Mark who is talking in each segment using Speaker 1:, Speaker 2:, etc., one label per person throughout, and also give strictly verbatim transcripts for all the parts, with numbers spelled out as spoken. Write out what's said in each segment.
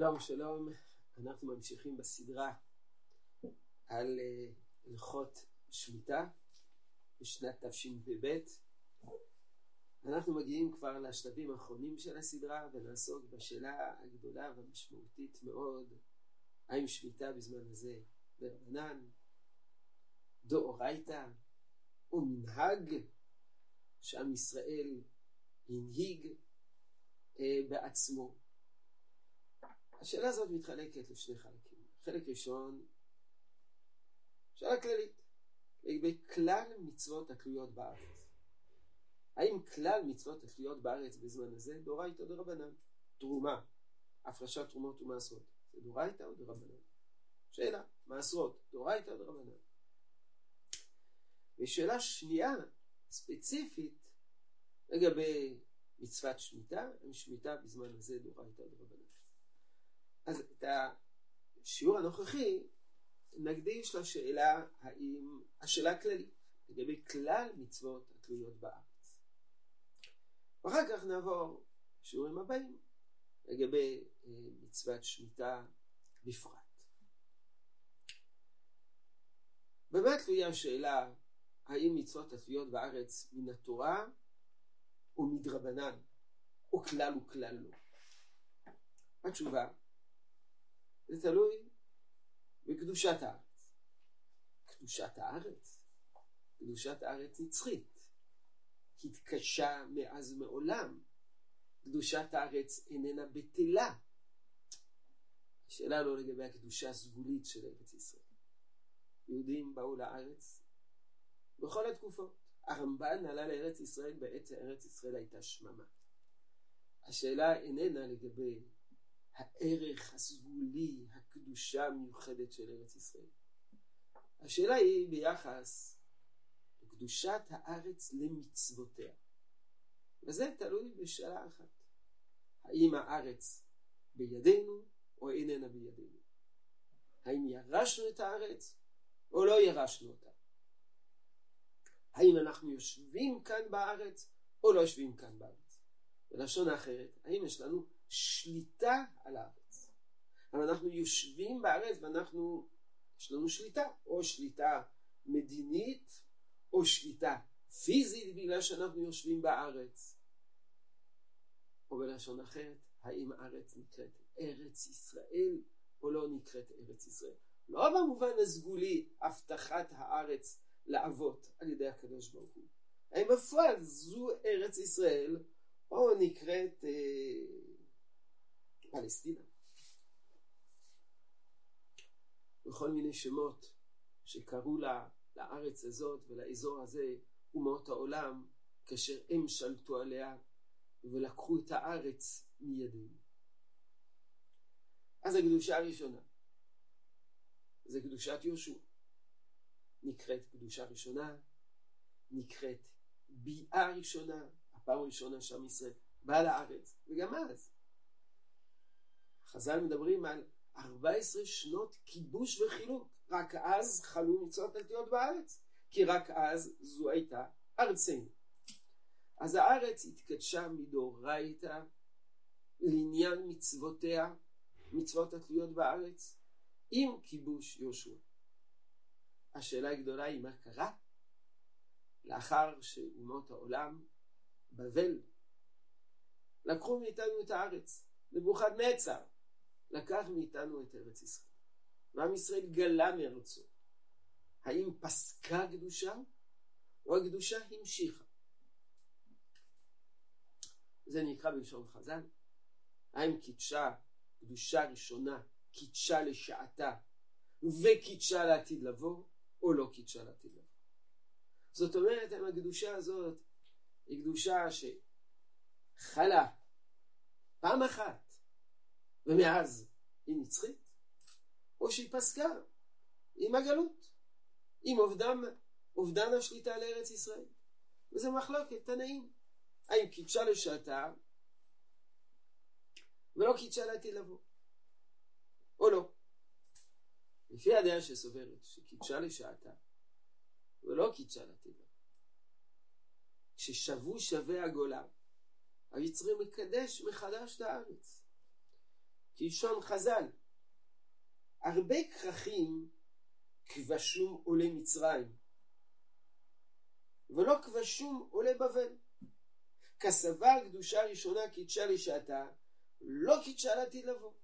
Speaker 1: שלום שלום, אנחנו ממשיכים בסדרה על הלכות שמיטה בשנת תשפ"ב. אנחנו מגיעים כבר לשלבים האחרונים של הסדרה ונעסוק בשאלה הגדולה והמשמעותית מאוד, האם שמיטה בזמן הזה דרבנן, דאורייתא או מנהג שעם ישראל הנהיג אה, בעצמו. השאלה הזאת מתחלקת לשני חלקים. חלק ראשון, שאלה כללית, לגבי כלל מצוות התלויות בארץ. האם כלל מצוות התלויות בארץ בזמן הזה דאורייתא או דרבנן? תרומה, הפרשת תרומות ומעשרות, זה דאורייתא או דרבנן? שאלה, מעשרות, דאורייתא או דרבנן? ושאלה שנייה, ספציפית, לגבי מצוות שמיטה, האם שמיטה בזמן הזה דאורייתא או דרבנן? אז את השיעור הנוכחי נקדיש לשאלה האם השאלה הכללית לגבי כלל מצוות התלויות בארץ, ואחר כך נעבור לשיעורים הבאים לגבי מצוות שמיטה בפרט. באמת תלויה השאלה האם מצוות התלויות בארץ מן התורה או מדרבנן או כלל וכלל לא. התשובה, זה תלוי בקדושת הארץ. קדושת הארץ, קדושת הארץ נצחית, התקשה מאז מעולם. קדושת הארץ איננה בטלה. השאלה לא לגבי הקדושה הסגולית של ארץ ישראל. יהודים באו לארץ בכל התקופות. הרמב"ן עלה לארץ ישראל בעת ארץ ישראל הייתה שממה. השאלה איננה לגבי הערך הסגולי, הקדושה המיוחדת של ארץ ישראל. השאלה היא ביחס לקדושת הארץ למצוותיה. וזה תלוי בשאלה אחת. האם הארץ בידינו או איננה בידינו? האם ירשנו את הארץ או לא ירשנו אותה? האם אנחנו יושבים כאן בארץ או לא יושבים כאן בארץ? בלשון אחרת, האם יש לנו שליטה על הארץ? אבל אנחנו יושבים בארץ ואנחנו, יש לנו שליטה, או שליטה מדינית, או שליטה פיזית בגלל שאנחנו יושבים בארץ. או בלשון אחרת, האם הארץ נקראת ארץ ישראל, או לא נקראת ארץ ישראל? לא במובן הסגולי, הבטחת הארץ לאבות על ידי הקדוש ברוך הוא. האם בפועל זו ארץ ישראל, או נקראת אה, פלסטינה. וכל מיני שמות שקראו לה, לארץ הזאת ולאזור הזה אומות העולם, כאשר הם שלטו עליה ולקחו את הארץ מידינו. אז הקדושה הראשונה זה קדושת יהושע, נקראת קדושה ראשונה, נקראת ביאה ראשונה. הפעם הראשונה שעם ישראל בא לארץ, וגם אז חז"ל מדברים על ארבע עשרה שנות כיבוש וחילוק. רק אז חלו מצוות התלויות בארץ, כי רק אז זו הייתה ארצנו. אז הארץ התקדשה מדאורייתא לעניין מצוותיה, מצוות התלויות בארץ, עם כיבוש יהושע. השאלה הגדולה היא מה קרה לאחר שאומות העולם בבל לקחו מאיתנו את הארץ. נבוכדנצר לקח מאיתנו את ארץ ישראל, ועם ישראל גלה מארצו. האם פסקה קדושה או הקדושה המשיכה? זה נקרא בלשון חז"ל, האם קידשה קדושה ראשונה, קידשה לשעתה וקידשה לעתיד לבוא, או לא קידשה לעתיד לבוא? זאת אומרת, האם הקדושה הזאת היא קדושה שחלה פעם אחת ומאז היא נצחית, או שהיא פסקה עם הגלות, עם אובדן, אובדן השליטה לארץ ישראל? וזה מחלוקת תנאים, האם קידשה לשעתה ולא קידשה לעתיד לבוא, או לא. לפי הדעה שסוברת שקידשה לשעתה ולא קידשה לעתיד לבוא, כששבו שווה הגולה, היו צריכים לקדש מחדש את הארץ. כלשון חז"ל, הרבה כרכים כבשום עולה מצרים, ולא כבשום עולה בבל. כסבר קדושה ראשונה קידשה לשעתה, לא קידשה לעתיד לבוא.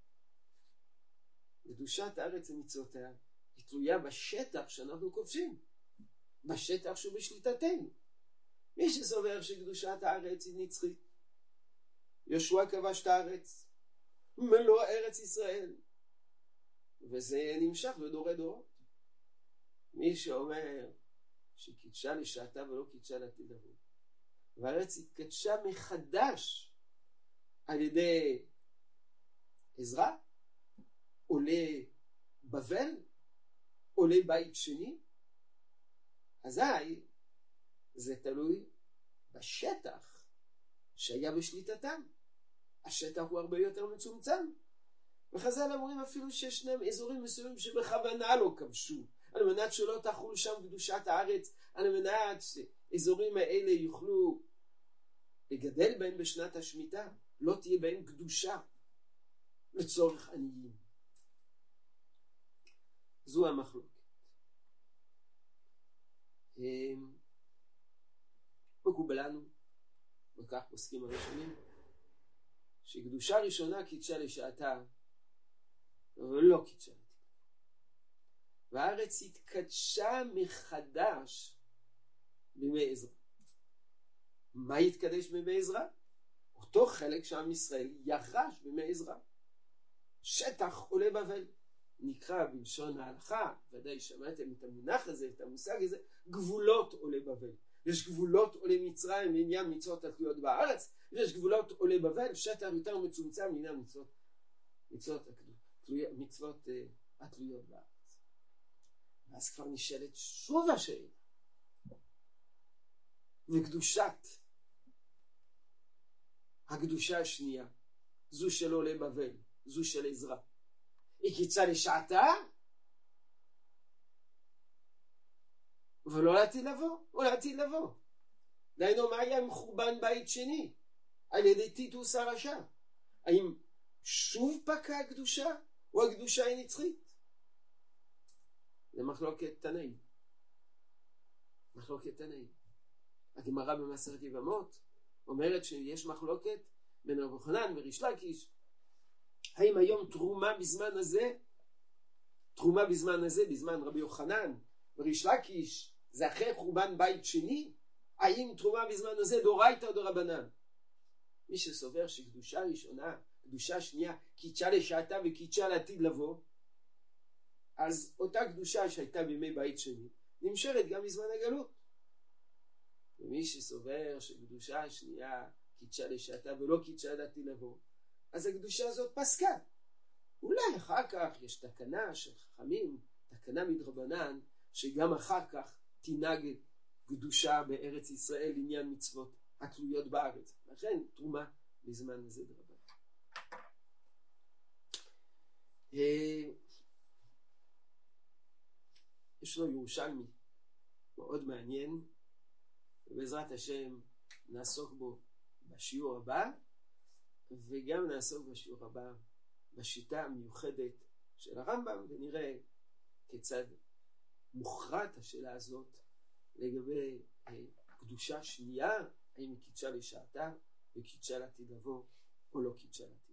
Speaker 1: קדושת הארץ ומצוותיה היא תלויה בשטח שאנחנו כובשים, בשטח שהוא בשליטתנו. מי שסובר שקדושת הארץ היא נצחית, יהושע כבש את הארץ, מלוא ארץ ישראל, וזה נמשך לדורי דורות. מי שאומר שקידשה לשעתה ולא קידשה לעתיד לבוא, והארץ התקדשה מחדש על ידי עזרא, עולה בבל, עולה בית שני, אזי זה תלוי בשטח שהיה בשליטתם. השטח הוא הרבה יותר מצומצם, וחז"ל אומרים אפילו שישנם אזורים מסוימים שבכוונה לא כבשו, על מנת שלא תחול שם קדושת הארץ, על מנת שאזורים האלה יוכלו לגדל בהם בשנת השמיטה, לא תהיה בהם קדושה לצורך עניים. זו המחלוקת. מקובל לנו, וכך פוסקים הראשונים, שקדושה ראשונה קידשה לשעתה ולא קידשה לעתיד. והארץ התקדשה מחדש בימי עזרא. מה התקדש בימי עזרא? אותו חלק שעם ישראל ירש בימי עזרא. שטח עולה בבל. נקרא בלשון ההלכה, ודאי שמעתם את המונח הזה, את המושג הזה, גבולות עולה בבל. יש גבולות עולה מצרים לעניין מצוות התלויות בארץ, ויש גבולות עולה בבל, שטח יותר מצומצם לעניין מצוות מצוות מצוות התלויות בארץ. ואז כבר נשאלת שוב השאלה, וקדושת הקדושה השנייה, זו של עולה בבל, זו של עזרא, היא קידשה לשעתה ולא לעתיד לבוא, או לעתיד לבוא. דהיינו, מה היה עם חורבן בית שני על ידי טיטוס הרשע? האם שוב פקעה הקדושה, או הקדושה היא נצחית? זה מחלוקת תנאים. מחלוקת תנאים. הגמרא במסכת יבמות אומרת שיש מחלוקת בין רבי יוחנן וריש לקיש, האם היום תרומה בזמן הזה, תרומה בזמן הזה, בזמן רבי יוחנן וריש לקיש, זה אחרי חורבן בית שני? האם תרומה בזמן הזה דאורייתא או דרבנן? מי שסובר שקדושה ראשונה, קדושה שנייה, קידשה לשעתה וקידשה לעתיד לבוא, אז אותה קדושה שהייתה בימי בית שני נמשרת גם בזמן הגלות. ומי שסובר שקדושה השנייה קידשה לשעתה ולא קידשה לעתיד לבוא, אז הקדושה הזאת פסקה. אולי אחר כך יש תקנה של חכמים, תקנה מדרבנן, שגם אחר כך תנהג קדושה בארץ ישראל לעניין מצוות התלויות בארץ. לכן תרומה בזמן הזה דרבנן. יש לו ירושלמי מאוד מעניין, ובעזרת השם נעסוק בו בשיעור הבא, וגם נעסוק בשיעור הבא בשיטה המיוחדת של הרמב"ם, ונראה כיצד מוכרעת השאלה הזאת לגבי קדושה שנייה, האם היא קידשה לשעתה וקידשה לעתיד לבוא או לא קידשה לעתיד.